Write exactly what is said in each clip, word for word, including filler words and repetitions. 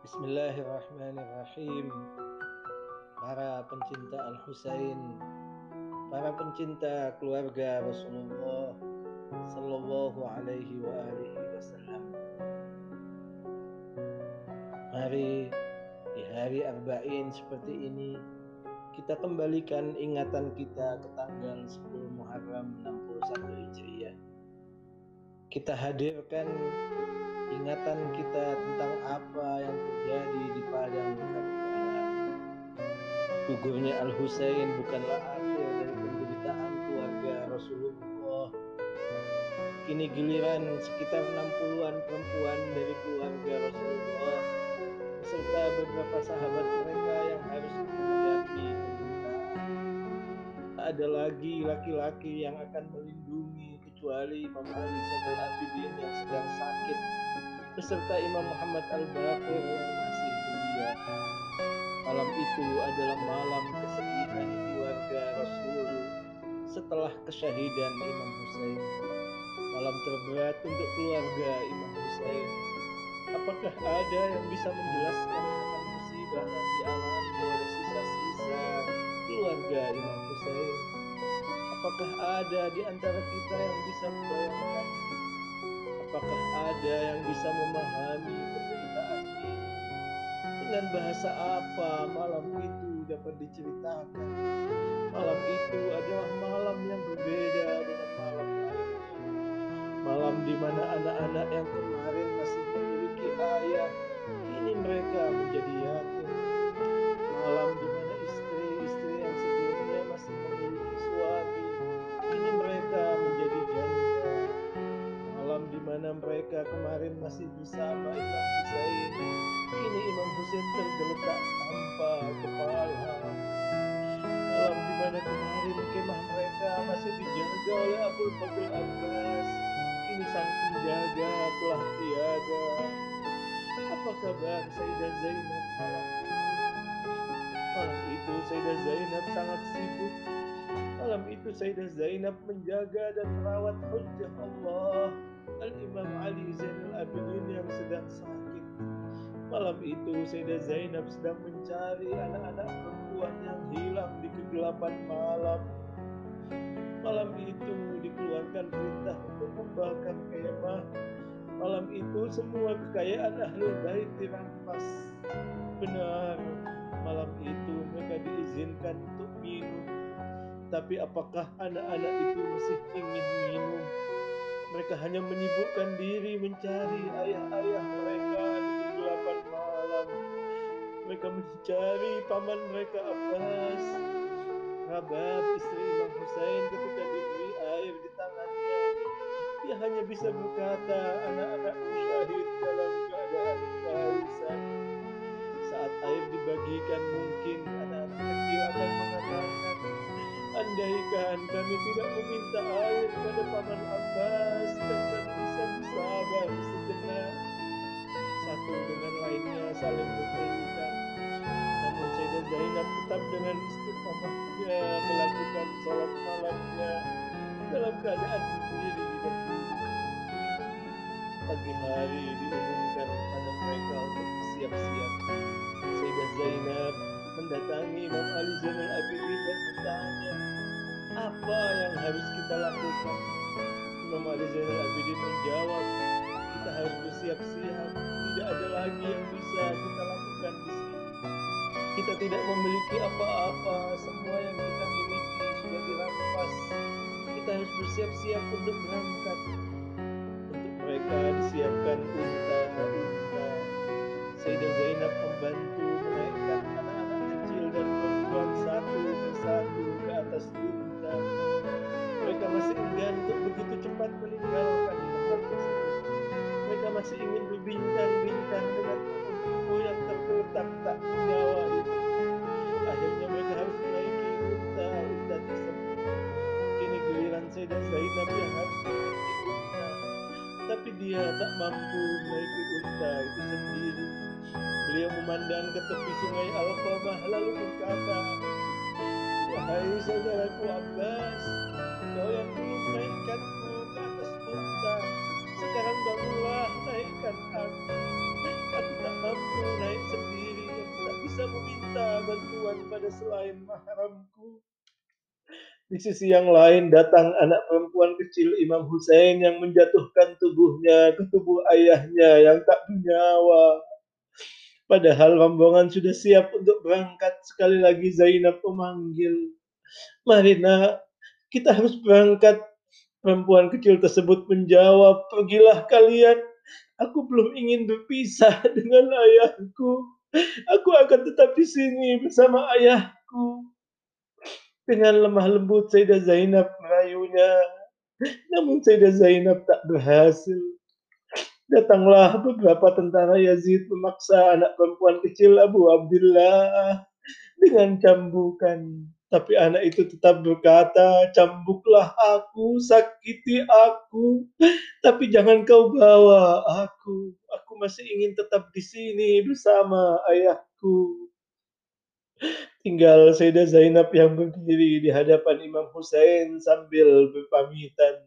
Bismillahirrahmanirrahim. Para pencinta Al-Husain, para pencinta keluarga Rasulullah Sallallahu alaihi wa alihi wasallam, mari di hari Arba'in seperti ini kita kembalikan ingatan kita ke tanggal sepuluh Muharram enam puluh satu Hijriah. Kita hadirkan ingatan kita tentang apa yang terjadi di padang Karbala. Gugurnya Al-Husain bukanlah akhir dari penderitaan keluarga Rasulullah. Kini giliran sekitar enam puluhan perempuan dari keluarga Rasulullah beserta beberapa sahabat mereka yang harus menghadapi penderitaan. Tak ada lagi laki-laki yang akan melindungi kecuali Imam Ali Zainal Abidin yang sedang sakit beserta Imam Muhammad Al-Baqir yang masih belia. Malam itu adalah malam kesedihan keluarga Rasul setelah kesyahidan Imam Husain. Malam terberat untuk keluarga Imam Husain. Apakah ada yang bisa menjelaskan tentang musibah yang dialami oleh sisa-sisa keluarga Imam Husain? Apakah ada di antara kita yang bisa membayangkan? Apakah ada yang bisa memahami penderitaan ini? Dengan bahasa apa malam itu dapat diceritakan? Malam itu adalah malam yang berbeda dengan malam lainnya. Malam di mana anak-anak yang kemarin masih memiliki ayah, kini mereka menjadi yatim. Malam di mana istri-istri yang sebelumnya masih memiliki suami, kini mereka menjadi janda. Malam di mana mereka kemarin masih bersama Imam Husain, kini Imam Husain tergeletak tanpa kepala. Malam di mana kemarin kemah mereka masih dijaga oleh Abu Bakar Abbas, kini sang penjaga telah tiada. Apa kabar Sayyidah Zainab malam itu? Malam itu Sayyidah Zainab sangat sibuk. Malam itu Sayyidah Zainab menjaga dan merawat hujjah Allah Al-Imam Ali Zainal Abidin yang sedang sakit. Malam itu Sayyidah Zainab sedang mencari anak-anak perempuan yang hilang di kegelapan malam. Malam itu dikeluarkan perintah untuk membakar kemah. Malam itu semua kekayaan Ahlul Bait dirampas. Benar, malam itu mereka diizinkan untuk minum. Tapi apakah anak-anak itu masih ingin minum? Mereka hanya menyibukkan diri mencari ayah-ayah mereka di kegelapan malam. Mereka mencari paman mereka Abbas. Rabab, istri Imam Husain, ketika diberi air di tangannya, dia hanya bisa berkata, anak-anakku syahid dalam keadaan kehausan. Saat air dibagikan, mungkin anak-anak kecil akan mengatakan, andaikan kami tidak meminta air pada paman Abbas dan kami bisa bersabar sejenak. Satu dengan lainnya saling berpelukan. Namun Sayyidah Zainab tetap dengan istiqomahnya melakukan sholat malamnya dalam keadaan berdiri dan duduk. Pagi hari diumumkan pada mereka untuk bersiap-siap. Sayyidah Zainab mendatangi Imam Ali Zainal Abidin dan bertanya, apa yang harus kita lakukan? Imam Ali Zainal Abidin menjawab, kita harus bersiap-siap. Tidak ada lagi yang bisa kita lakukan di sini. Kita tidak memiliki apa-apa. Semua yang kita miliki sudah dirampas. Kita harus bersiap-siap untuk berangkat. Untuk mereka disiapkan unta-unta. Sayyidah Zainab membantu menaikkan anak-anak kecil dan perempuan satu persatu ke atas unta. Mereka masih enggan untuk begitu cepat meninggalkan tempat tersebut. Mereka masih ingin berbincang-bincang dengan tubuh yang tergeletak tak bernyawa itu. Akhirnya mereka harus menaiki unta-unta tersebut. Kini giliran Sayyidah Zainab yang harus menaiki unta, tapi dia tak mampu menaiki unta itu sendiri. Beliau memandang ke tepi sungai Al-Qamah lalu berkata, wahai saudaraku Abbas, kau yang dulu menaikkanku ke atas unta, sekarang bangunlah naikkan aku. Aku tak mampu naik kepada selain mahramku. Di sisi yang lain datang anak perempuan kecil Imam Hussein yang menjatuhkan tubuhnya ke tubuh ayahnya yang tak bernyawa. Padahal rombongan sudah siap untuk berangkat. Sekali lagi Zainab memanggil, "Mari nak, kita harus berangkat." Perempuan kecil tersebut menjawab, "Pergilah kalian. Aku belum ingin berpisah dengan ayahku. Aku akan tetap di sini bersama ayahku." Dengan lemah lembut Sayyidah Zainab merayunya. Namun Sayyidah Zainab tak berhasil. Datanglah beberapa tentara Yazid memaksa anak perempuan kecil Abu Abdillah dengan cambukan. Tapi anak itu tetap berkata, "Cambuklah aku, sakiti aku, tapi jangan kau bawa aku. Aku masih ingin tetap di sini bersama ayahku." Tinggal Sayyidah Zainab yang berdiri di hadapan Imam Hussein sambil berpamitan.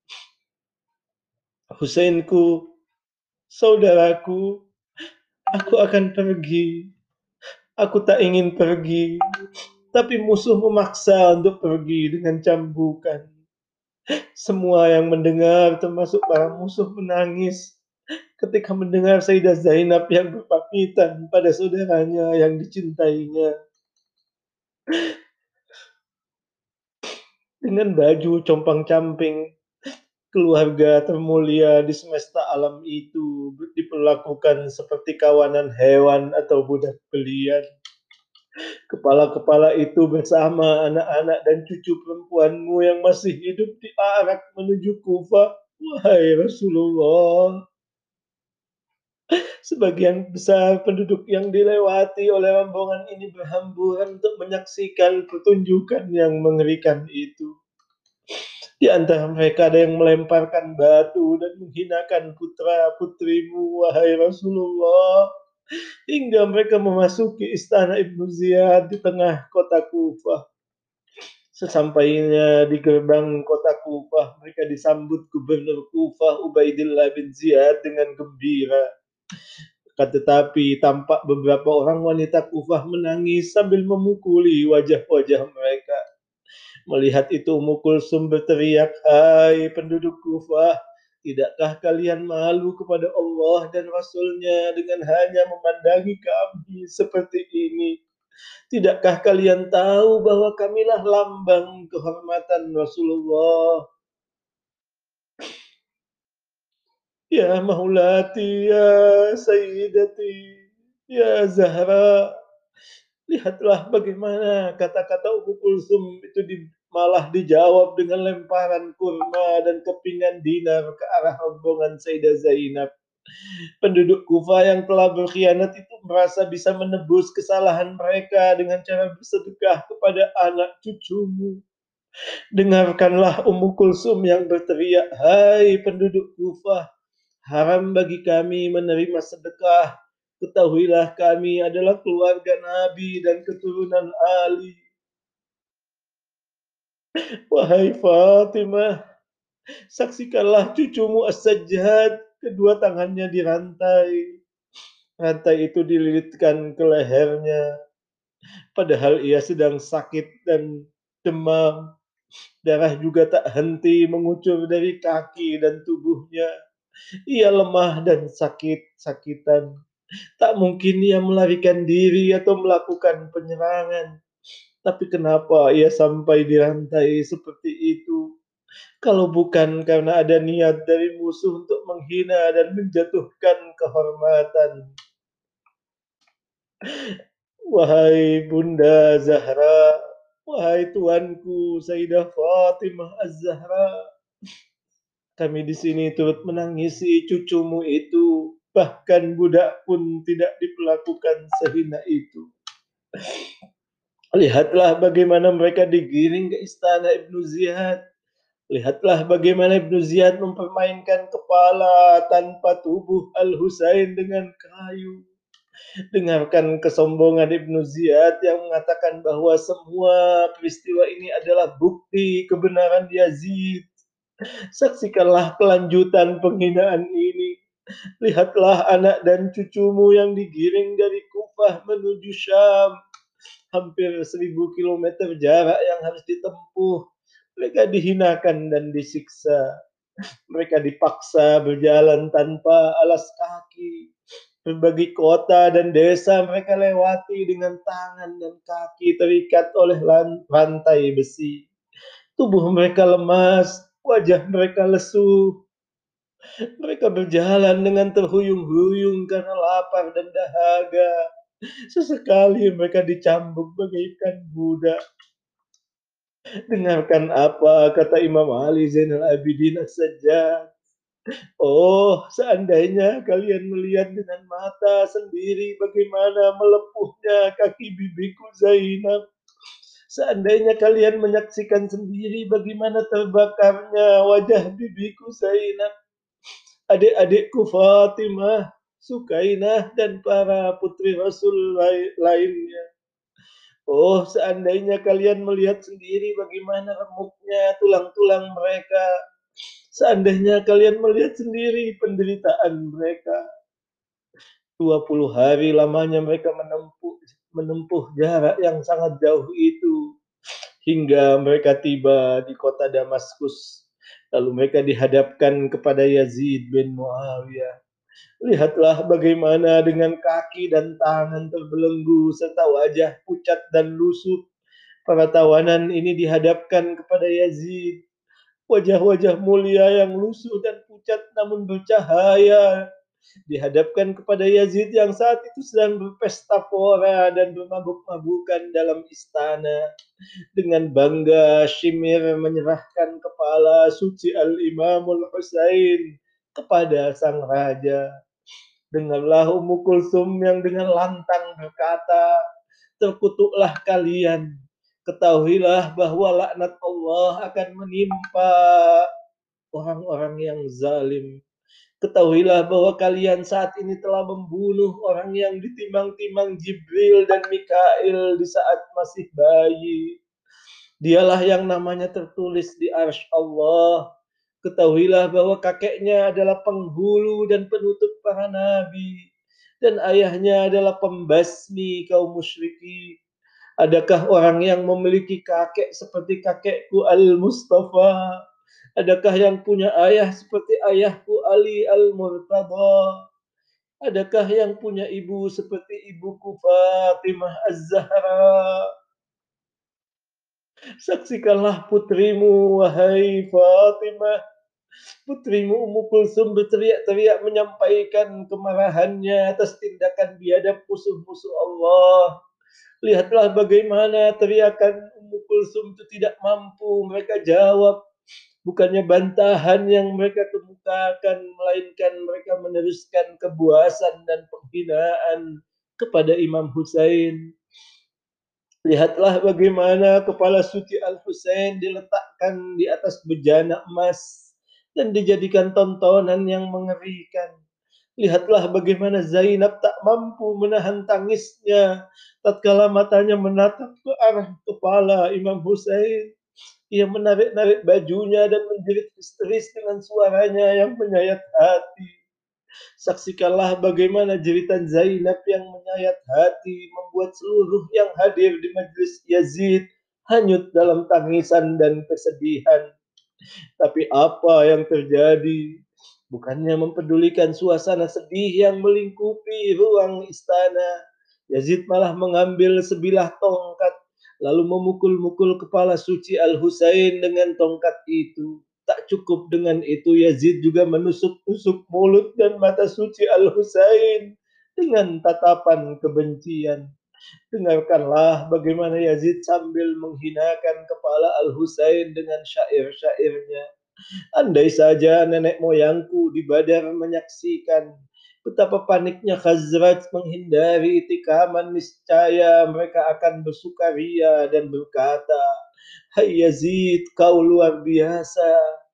"Husainku, saudaraku, aku akan pergi. Aku tak ingin pergi, tapi musuh memaksa untuk pergi dengan cambukan." Semua yang mendengar, termasuk para musuh, menangis ketika mendengar Sayyidah Zainab yang berpamitan pada saudaranya yang dicintainya. Dengan baju compang-camping, keluarga termulia di semesta alam itu diperlakukan seperti kawanan hewan atau budak belian. Kepala-kepala itu bersama anak-anak dan cucu perempuanmu yang masih hidup diarak menuju Kufah. Wahai Rasulullah, sebagian besar penduduk yang dilewati oleh rombongan ini berhamburan untuk menyaksikan pertunjukan yang mengerikan itu. Di antara mereka ada yang melemparkan batu dan menghinakan putra-putrimu, wahai Rasulullah, hingga mereka memasuki istana Ibnu Ziyad di tengah kota Kufah. Sesampainya di gerbang kota Kufah, mereka disambut gubernur Kufah Ubaidillah bin Ziyad dengan gembira. Tetapi tampak beberapa orang wanita Kufah menangis sambil memukuli wajah-wajah mereka. Melihat itu Ummu Kulsum berteriak, "Hai penduduk Kufah, tidakkah kalian malu kepada Allah dan Rasul-Nya dengan hanya memandangi kami seperti ini? Tidakkah kalian tahu bahwa kamilah lambang kehormatan Rasulullah? Ya Maulati, ya Sayyidati, ya Zahra." Lihatlah bagaimana kata-kata Ummu Kulsum itu di, malah dijawab dengan lemparan kurma dan kepingan dinar ke arah rombongan Sayyidah Zainab. Penduduk Kufah yang telah berkhianat itu merasa bisa menebus kesalahan mereka dengan cara bersedekah kepada anak cucumu. Dengarkanlah Ummu Kulsum yang berteriak, "Hai penduduk Kufah, haram bagi kami menerima sedekah. Ketahuilah kami adalah keluarga Nabi dan keturunan Ali. Wahai Fatimah, saksikanlah cucumu As-Sajjad, kedua tangannya dirantai. Rantai itu dililitkan ke lehernya, padahal ia sedang sakit dan demam. Darah juga tak henti mengucur dari kaki dan tubuhnya. Ia lemah dan sakit-sakitan. Tak mungkin ia melarikan diri atau melakukan penyerangan. Tapi kenapa ia sampai dirantai seperti itu? Kalau bukan karena ada niat dari musuh untuk menghina dan menjatuhkan kehormatan. Wahai Bunda Zahra, wahai tuanku Sayyidah Fatimah Az-Zahra, kami di sini turut menangisi cucumu itu. Bahkan budak pun tidak diperlakukan sehina itu. Lihatlah bagaimana mereka digiring ke istana Ibnu Ziyad. Lihatlah bagaimana Ibnu Ziyad mempermainkan kepala tanpa tubuh Al-Husain dengan kayu. Dengarkan kesombongan Ibnu Ziyad yang mengatakan bahwa semua peristiwa ini adalah bukti kebenaran Yazid. Saksikanlah kelanjutan penghinaan ini. Lihatlah anak dan cucumu yang digiring dari Kufah menuju Syam. hampir seribu kilometer jarak yang harus ditempuh. Mereka dihinakan dan disiksa. Mereka dipaksa berjalan tanpa alas kaki. Berbagai kota dan desa mereka lewati dengan tangan dan kaki terikat oleh rantai besi. Tubuh mereka lemas, wajah mereka lesu. Mereka berjalan dengan terhuyung-huyung karena lapar dan dahaga. Sesekali mereka dicambuk bagaikan budak. Dengarkan apa kata Imam Ali Zainal Abidin As-Sajjad. Oh, seandainya kalian melihat dengan mata sendiri bagaimana melepuhnya kaki bibiku Zainab. Seandainya kalian menyaksikan sendiri bagaimana terbakarnya wajah bibiku Zainab. Adik-adikku Fatimah, Sukainah, dan para putri Rasul lainnya. Oh, seandainya kalian melihat sendiri bagaimana remuknya tulang-tulang mereka. Seandainya kalian melihat sendiri penderitaan mereka. dua puluh hari lamanya mereka menempuh, menempuh jarak yang sangat jauh itu. Hingga mereka tiba di kota Damaskus. Lalu mereka dihadapkan kepada Yazid bin Muawiyah. Lihatlah bagaimana dengan kaki dan tangan terbelenggu serta wajah pucat dan lusuh. Para tawanan ini dihadapkan kepada Yazid. Wajah-wajah mulia yang lusuh dan pucat namun bercahaya dihadapkan kepada Yazid yang saat itu sedang berpesta pora dan bermabuk-mabukan dalam istana. Dengan bangga Shimir menyerahkan kepala suci Al-Imamul Husain kepada sang raja. Dengarlah Ummu Kulsum yang dengan lantang berkata, terkutuklah kalian. Ketahuilah bahwa laknat Allah akan menimpa orang-orang yang zalim. Ketahuilah bahwa kalian saat ini telah membunuh orang yang ditimbang-timbang Jibril dan Mikail di saat masih bayi. Dialah yang namanya tertulis di arsy Allah. Ketahuilah bahwa kakeknya adalah penghulu dan penutup para nabi. Dan ayahnya adalah pembasmi kaum musyrikin. Adakah orang yang memiliki kakek seperti kakekku Al-Mustafa? Adakah yang punya ayah seperti ayahku Ali Al-Murtada? Adakah yang punya ibu seperti ibuku Fatimah Az-Zahra? Saksikanlah putrimu, wahai Fatimah. Putrimu Ummu Kulsum berteriak-teriak menyampaikan kemarahannya atas tindakan biadab musuh-musuh Allah. Lihatlah bagaimana teriakan Ummu Kulsum itu tidak mampu mereka jawab. Bukannya bantahan yang mereka kemukakan, melainkan mereka meneruskan kebuasan dan penghinaan kepada Imam Husain. Lihatlah bagaimana kepala suci Al-Husain diletakkan di atas bejana emas dan dijadikan tontonan yang mengerikan. Lihatlah bagaimana Zainab tak mampu menahan tangisnya tatkala matanya menatap ke arah kepala Imam Husain. Ia menarik-narik bajunya dan menjerit histeris dengan suaranya yang menyayat hati. Saksikanlah bagaimana jeritan Zainab yang menyayat hati membuat seluruh yang hadir di majelis Yazid hanyut dalam tangisan dan kesedihan. Tapi apa yang terjadi? Bukannya mempedulikan suasana sedih yang melingkupi ruang istana, Yazid malah mengambil sebilah tongkat lalu memukul-mukul kepala suci Al-Husain dengan tongkat itu. Tak cukup dengan itu, Yazid juga menusuk-tusuk mulut dan mata suci Al-Husain dengan tatapan kebencian. Dengarkanlah bagaimana Yazid sambil menghinakan kepala Al-Husain dengan syair-syairnya. Andai saja nenek moyangku di Badar menyaksikan betapa paniknya Khazraj menghindari tikaman, niscaya mereka akan bersukaria dan berkata, hai Yazid, kau luar biasa.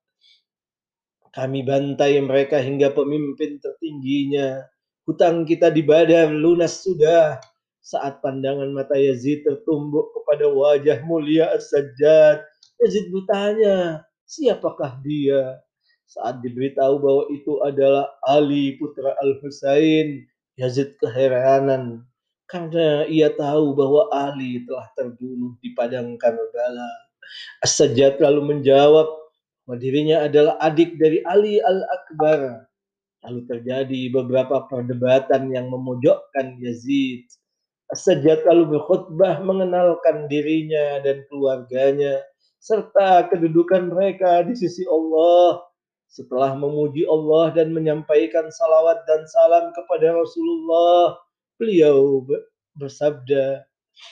Kami bantai mereka hingga pemimpin tertingginya. Hutang kita di Badar lunas sudah. Saat pandangan mata Yazid tertumbuk kepada wajah mulia As-Sajjad, Yazid bertanya, siapakah dia? Saat diberitahu bahwa itu adalah Ali putra Al-Husain, Yazid keheranan. karena ia tahu bahwa Ali telah terbunuh di padang Karbala. As-Sajjad lalu menjawab bahwa dirinya adalah adik dari Ali Al-Akbar. Lalu terjadi beberapa perdebatan yang memojokkan Yazid. As-Sajjad lalu berkhutbah mengenalkan dirinya dan keluarganya serta kedudukan mereka di sisi Allah. Setelah memuji Allah dan menyampaikan salawat dan salam kepada Rasulullah, beliau bersabda,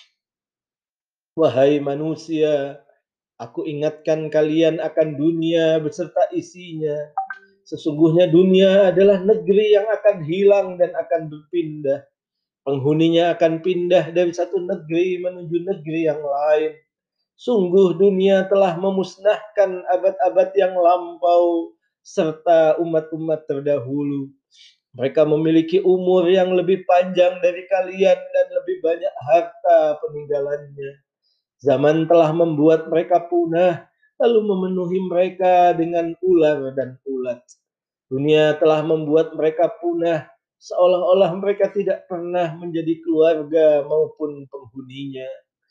"Wahai manusia, aku ingatkan kalian akan dunia beserta isinya. Sesungguhnya dunia adalah negeri yang akan hilang dan akan berpindah. Penghuninya akan pindah dari satu negeri menuju negeri yang lain. Sungguh dunia telah memusnahkan abad-abad yang lampau serta umat-umat terdahulu. Mereka memiliki umur yang lebih panjang dari kalian dan lebih banyak harta peninggalannya. Zaman telah membuat mereka punah, lalu memenuhi mereka dengan ular dan ulat. Dunia telah membuat mereka punah, seolah-olah mereka tidak pernah menjadi keluarga maupun penghuninya.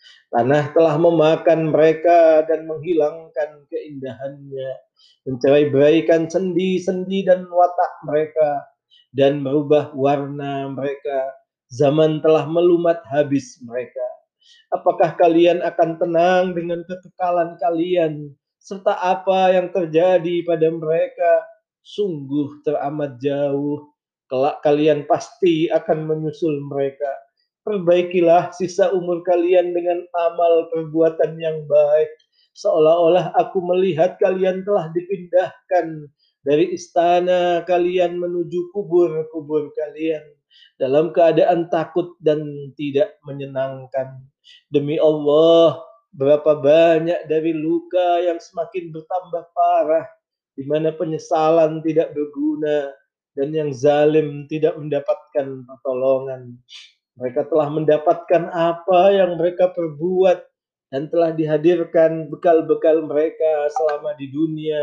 Tanah telah memakan mereka dan menghilangkan keindahannya, mencerai-beraikan sendi-sendi dan watak mereka, dan merubah warna mereka. Zaman telah melumat habis mereka. Apakah kalian akan tenang dengan kekekalan kalian, serta apa yang terjadi pada mereka? Sungguh teramat jauh. Kelak kalian pasti akan menyusul mereka. Perbaikilah sisa umur kalian dengan amal perbuatan yang baik. Seolah-olah aku melihat kalian telah dipindahkan dari istana kalian menuju kubur-kubur kalian dalam keadaan takut dan tidak menyenangkan. Demi Allah, berapa banyak dari luka yang semakin bertambah parah, di mana penyesalan tidak berguna dan yang zalim tidak mendapatkan pertolongan. Mereka telah mendapatkan apa yang mereka perbuat dan telah dihadirkan bekal-bekal mereka selama di dunia,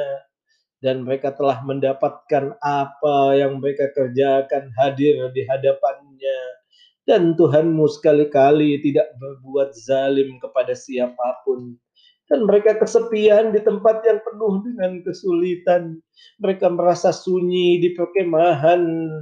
dan mereka telah mendapatkan apa yang mereka kerjakan hadir di hadapannya. Dan Tuhanmu sekali-kali tidak berbuat zalim kepada siapapun. Dan mereka kesepian di tempat yang penuh dengan kesulitan. Mereka merasa sunyi di perkemahan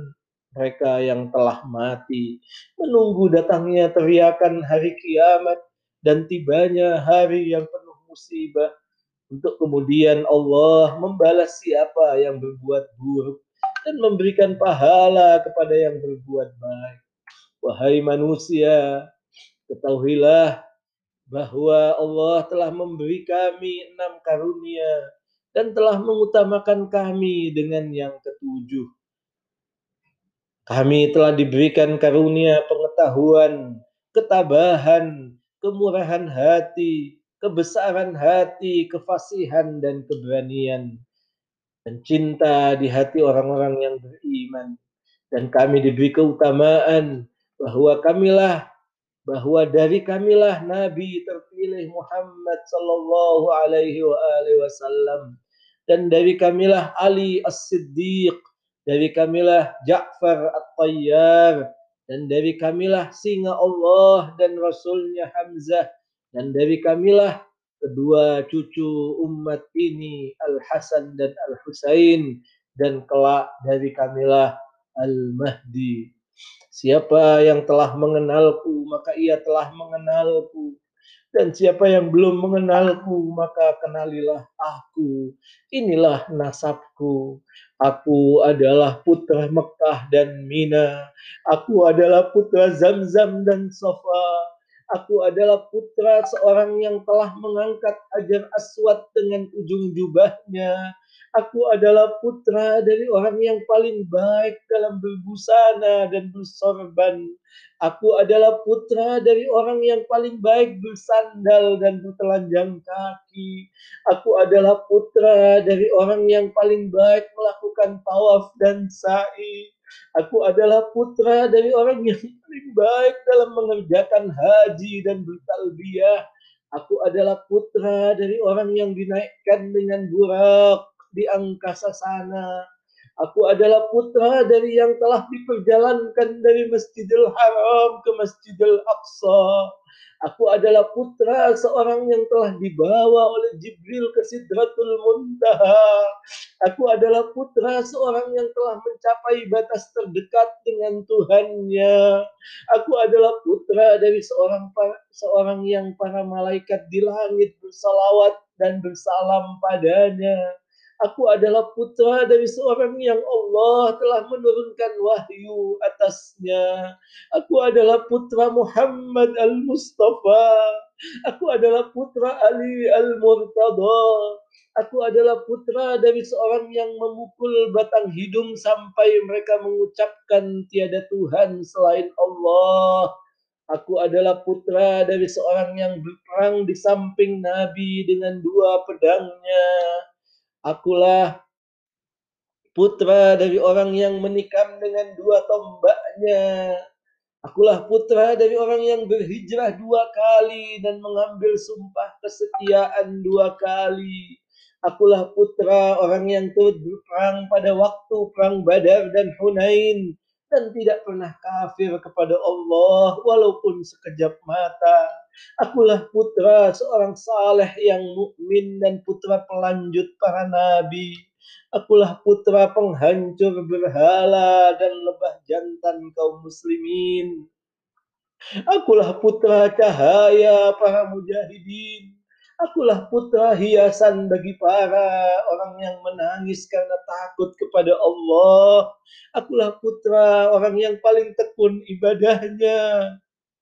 mereka yang telah mati, menunggu datangnya teriakan hari kiamat dan tibanya hari yang penuh musibah, untuk kemudian Allah membalas siapa yang berbuat buruk dan memberikan pahala kepada yang berbuat baik. Wahai manusia, ketahuilah bahwa Allah telah memberi kami enam karunia dan telah mengutamakan kami dengan yang ketujuh. Kami telah diberikan karunia pengetahuan, ketabahan, kemurahan hati, kebesaran hati, kefasihan, dan keberanian, dan cinta di hati orang-orang yang beriman. Dan kami diberi keutamaan bahwa kamilah bahwa dari kamilah Nabi terpilih Muhammad sallallahu alaihi wa alihi wasallam, dan dari kamilah Ali As-Siddiq, dari kamilah Ja'far At-Tayyar, dan dari kamilah singa Allah dan Rasulnya Hamzah, dan dari kamilah kedua cucu umat ini Al-Hasan dan Al-Husain, dan kelak dari kamilah Al-Mahdi. Siapa yang telah mengenalku, maka ia telah mengenalku. Dan siapa yang belum mengenalku, maka kenalilah aku. Inilah nasabku. Aku adalah putra Mekah dan Mina. Aku adalah putra Zamzam dan Safa. Aku adalah putra seorang yang telah mengangkat Hajar Aswad dengan ujung jubahnya. Aku adalah putra dari orang yang paling baik dalam berbusana dan bersorban. Aku adalah putra dari orang yang paling baik bersandal dan bertelanjang kaki. Aku adalah putra dari orang yang paling baik melakukan tawaf dan sa'i. Aku adalah putra dari orang yang paling baik dalam mengerjakan haji dan bertalbiyah. Aku adalah putra dari orang yang dinaikkan dengan burak di angkasa sana. Aku adalah putra dari yang telah diperjalankan dari Masjidil Haram ke Masjidil Aqsa. Aku adalah putra seorang yang telah dibawa oleh Jibril ke Sidratul Muntaha. Aku adalah putra seorang yang telah mencapai batas terdekat dengan Tuhannya. Aku adalah putra dari seorang seorang yang para malaikat di langit bersalawat dan bersalam padanya. Aku adalah putra dari seorang yang Allah telah menurunkan wahyu atasnya. Aku adalah putra Muhammad Al-Mustafa. Aku adalah putra Ali Al-Murtada. Aku adalah putra dari seorang yang memukul batang hidung sampai mereka mengucapkan tiada Tuhan selain Allah. Aku adalah putra dari seorang yang berperang di samping Nabi dengan dua pedangnya. Akulah putra dari orang yang menikam dengan dua tombaknya. Akulah putra dari orang yang berhijrah dua kali dan mengambil sumpah kesetiaan dua kali. Akulah putra orang yang turut berperang pada waktu perang Badar dan Hunain dan tidak pernah kafir kepada Allah walaupun sekejap mata. Akulah putra seorang saleh yang mukmin dan putra pelanjut para nabi. Akulah putra penghancur berhala dan lebah jantan kaum muslimin. Akulah putra cahaya para mujahidin. Akulah putra hiasan bagi para orang yang menangis karena takut kepada Allah. Akulah putra orang yang paling tekun ibadahnya.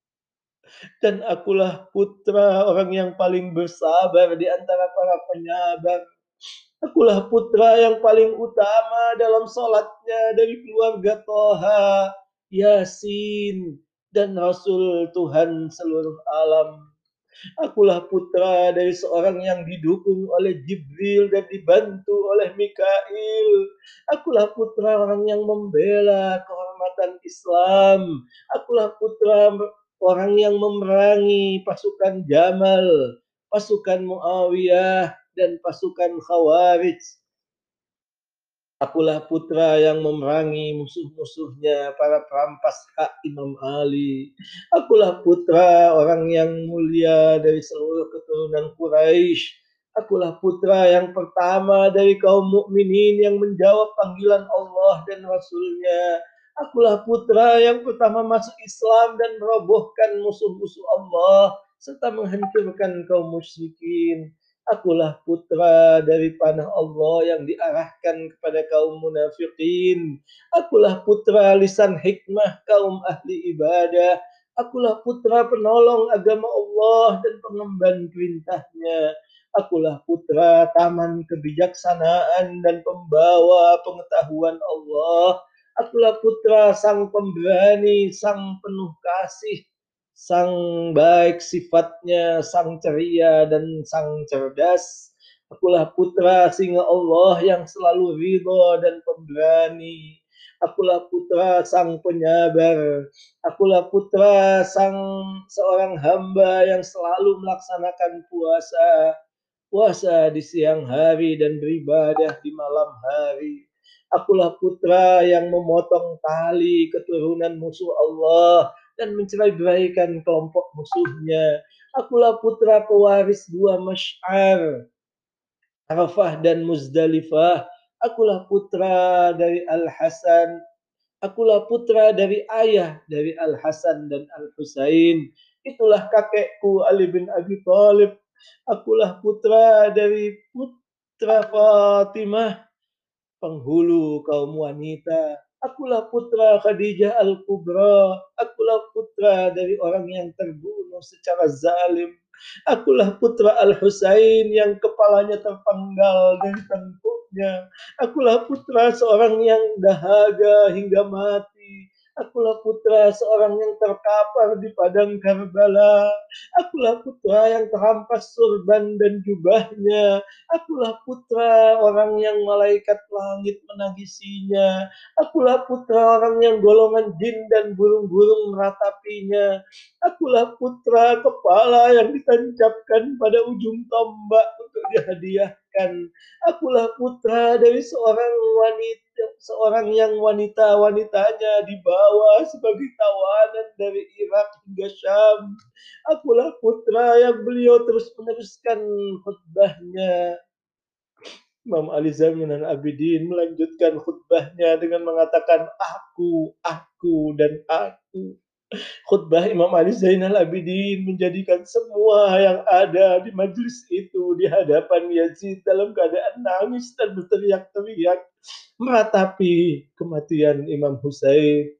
Dan akulah putra orang yang paling bersabar di antara para penyabar. Akulah putra yang paling utama dalam sholatnya dari keluarga Toha, Yasin, dan Rasul Tuhan seluruh alam. Akulah putra dari seorang yang didukung oleh Jibril dan dibantu oleh Mikail. Akulah putra orang yang membela kehormatan Islam. Akulah putra orang yang memerangi pasukan Jamal, pasukan Muawiyah, dan pasukan Khawarij. Akulah putra yang memerangi musuh-musuhnya, para perampas hak Imam Ali. Akulah putra orang yang mulia dari seluruh keturunan Quraisy. Akulah putra yang pertama dari kaum mukminin yang menjawab panggilan Allah dan Rasulnya. Akulah putra yang pertama masuk Islam dan merobohkan musuh-musuh Allah serta menghancurkan kaum musyrikin. Akulah putra dari panah Allah yang diarahkan kepada kaum munafikin. Akulah putra lisan hikmah kaum ahli ibadah. Akulah putra penolong agama Allah dan pengemban perintahnya. Akulah putra taman kebijaksanaan dan pembawa pengetahuan Allah. Akulah putra sang pemberani, sang penuh kasih, sang baik sifatnya, sang ceria dan sang cerdas. Akulah putra singa Allah yang selalu ridho dan pemberani. Akulah putra sang penyabar. Akulah putra sang seorang hamba yang selalu melaksanakan puasa. Puasa di siang hari dan beribadah di malam hari. Akulah putra yang memotong tali keturunan musuh Allah dan mencerai-beraikan kelompok musuhnya. Akulah putra pewaris dua Masy'ar, Arafah dan Muzdalifah. Akulah putra dari Al-Hasan. Akulah putra dari ayah dari Al-Hasan dan Al-Husain. Itulah kakekku Ali bin Abi Thalib. Akulah putra dari putra Fatimah, penghulu kaum wanita. Akulah putra Khadijah Al-Kubra. Akulah putra dari orang yang terbunuh secara zalim. Akulah putra Al-Husain yang kepalanya terpenggal dari tengkuknya. Akulah putra seorang yang dahaga hingga mati. Akulah putra seorang yang terkapar di padang Karbala. Akulah putra yang terampas surban dan jubahnya. Akulah putra orang yang malaikat langit menangisinya. Akulah putra orang yang golongan jin dan burung-burung meratapinya. Akulah putra kepala yang ditancapkan pada ujung tombak untuk dihadiah mengatakan, "Akulah putra dari seorang wanita seorang yang wanita-wanitanya dibawa sebagai tawanan dari Irak hingga Syam. Akulah putra," yang beliau terus meneruskan khutbahnya. Imam Ali Zainal Abidin melanjutkan khutbahnya dengan mengatakan, "Aku, aku, dan aku." Khutbah Imam Ali Zainal Abidin menjadikan semua yang ada di majelis itu di hadapan Yazid dalam keadaan nangis dan berteriak-teriak meratapi kematian Imam Husain.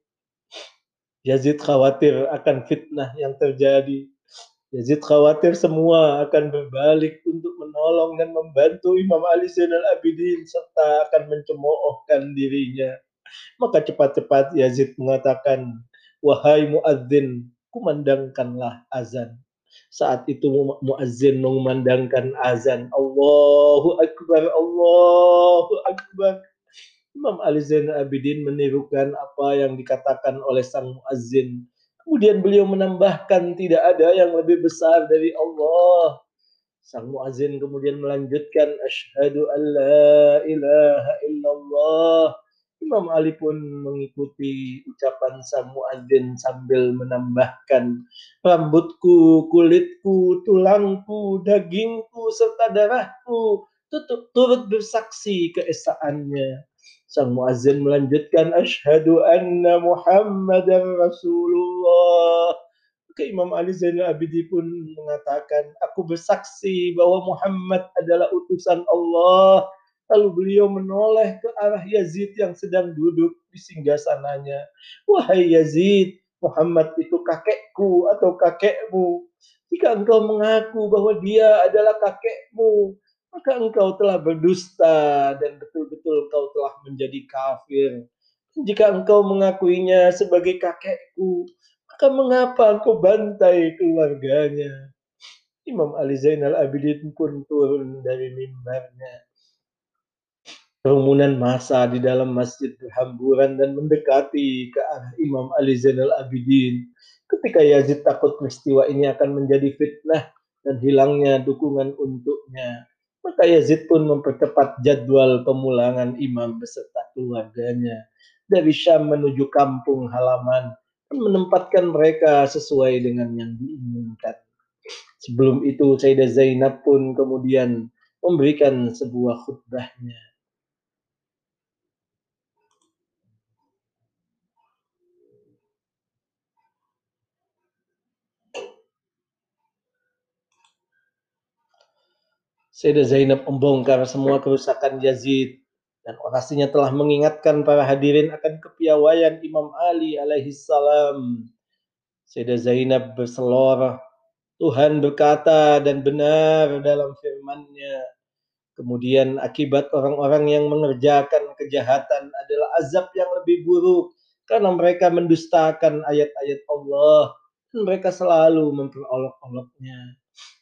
Yazid khawatir akan fitnah yang terjadi. Yazid khawatir semua akan berbalik untuk menolong dan membantu Imam Ali Zainal Abidin serta akan mencemoohkan dirinya. Maka cepat-cepat Yazid mengatakan, "Wahai muadzin, kumandangkanlah azan." Saat itu muadzin mengumandangkan azan. Allahu Akbar, Allahu Akbar. Imam Ali Zainal Abidin menirukan apa yang dikatakan oleh sang muadzin. Kemudian beliau menambahkan, tidak ada yang lebih besar dari Allah. Sang muadzin kemudian melanjutkan, asyhadu an la ilaha illallah. Imam Ali pun mengikuti ucapan sang muadzin sambil menambahkan, rambutku, kulitku, tulangku, dagingku, serta darahku tutup turut bersaksi keesaannya. Sang muadzin melanjutkan, asyhadu anna Muhammadar Rasulullah. Maka Imam Ali Zainal Abidin pun mengatakan, aku bersaksi bahwa Muhammad adalah utusan Allah. Lalu beliau menoleh ke arah Yazid yang sedang duduk di singgasananya. Wahai Yazid, Muhammad itu kakekku atau kakekmu. Jika engkau mengaku bahwa dia adalah kakekmu, maka engkau telah berdusta dan betul-betul engkau telah menjadi kafir. Jika engkau mengakuinya sebagai kakekku, maka mengapa engkau bantai keluarganya? Imam Ali Zainal Abidin pun turun dari mimbarnya. Kerumunan massa di dalam masjid berhamburan dan mendekati ke arah Imam Ali Zainal Abidin. Ketika Yazid takut peristiwa ini akan menjadi fitnah dan hilangnya dukungan untuknya, maka Yazid pun mempercepat jadwal pemulangan imam beserta keluarganya dari Syam menuju kampung halaman dan menempatkan mereka sesuai dengan yang diinginkan. Sebelum itu Sayyidah Zainab pun kemudian memberikan sebuah khutbahnya. Sayyidah Zainab membongkar semua kerusakan Yazid dan orasinya telah mengingatkan para hadirin akan kepiawaian Imam Ali alaihi salam. Sayyidah Zainab berseloroh, Tuhan berkata dan benar dalam firman-Nya. Kemudian akibat orang-orang yang mengerjakan kejahatan adalah azab yang lebih buruk karena mereka mendustakan ayat-ayat Allah dan mereka selalu memperolok-oloknya.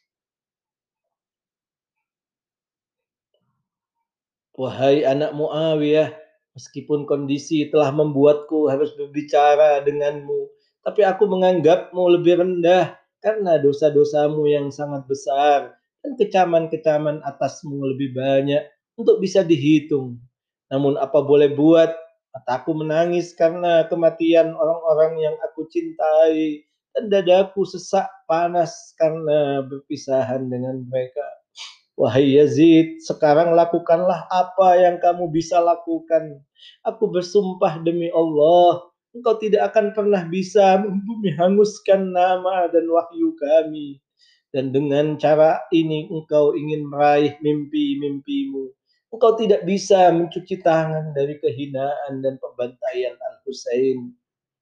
Wahai anak Muawiyah, meskipun kondisi telah membuatku harus berbicara denganmu, tapi aku menganggapmu lebih rendah karena dosa-dosamu yang sangat besar dan kecaman-kecaman atasmu lebih banyak untuk bisa dihitung. Namun apa boleh buat, mataku menangis karena kematian orang-orang yang aku cintai dan dadaku sesak panas karena berpisahan dengan mereka. Wahai Yazid, sekarang lakukanlah apa yang kamu bisa lakukan. Aku bersumpah demi Allah, engkau tidak akan pernah bisa membumi hanguskan nama dan wahyu kami. Dan dengan cara ini engkau ingin meraih mimpi-mimpimu. Engkau tidak bisa mencuci tangan dari kehinaan dan pembantaian Al-Husain.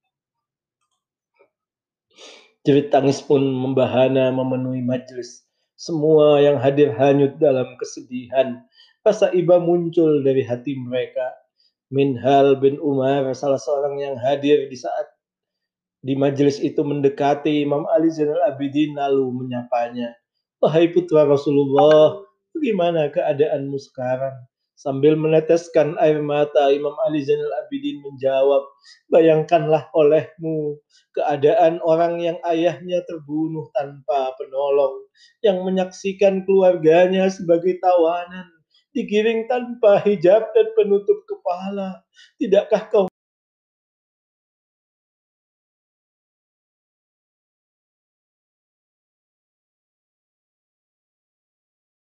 Jerit tangis pun membahana memenuhi majelis. Semua yang hadir hanyut dalam kesedihan. Rasa iba muncul dari hati mereka. Minhal bin Umar, salah seorang yang hadir di saat di majelis itu, mendekati Imam Ali Zainal Abidin lalu menyapanya. Wahai putra Rasulullah, bagaimana keadaanmu sekarang? Sambil meneteskan air mata, Imam Ali Zainal Abidin menjawab, bayangkanlah olehmu keadaan orang yang ayahnya terbunuh tanpa penolong, yang menyaksikan keluarganya sebagai tawanan, digiring tanpa hijab dan penutup kepala. Tidakkah kau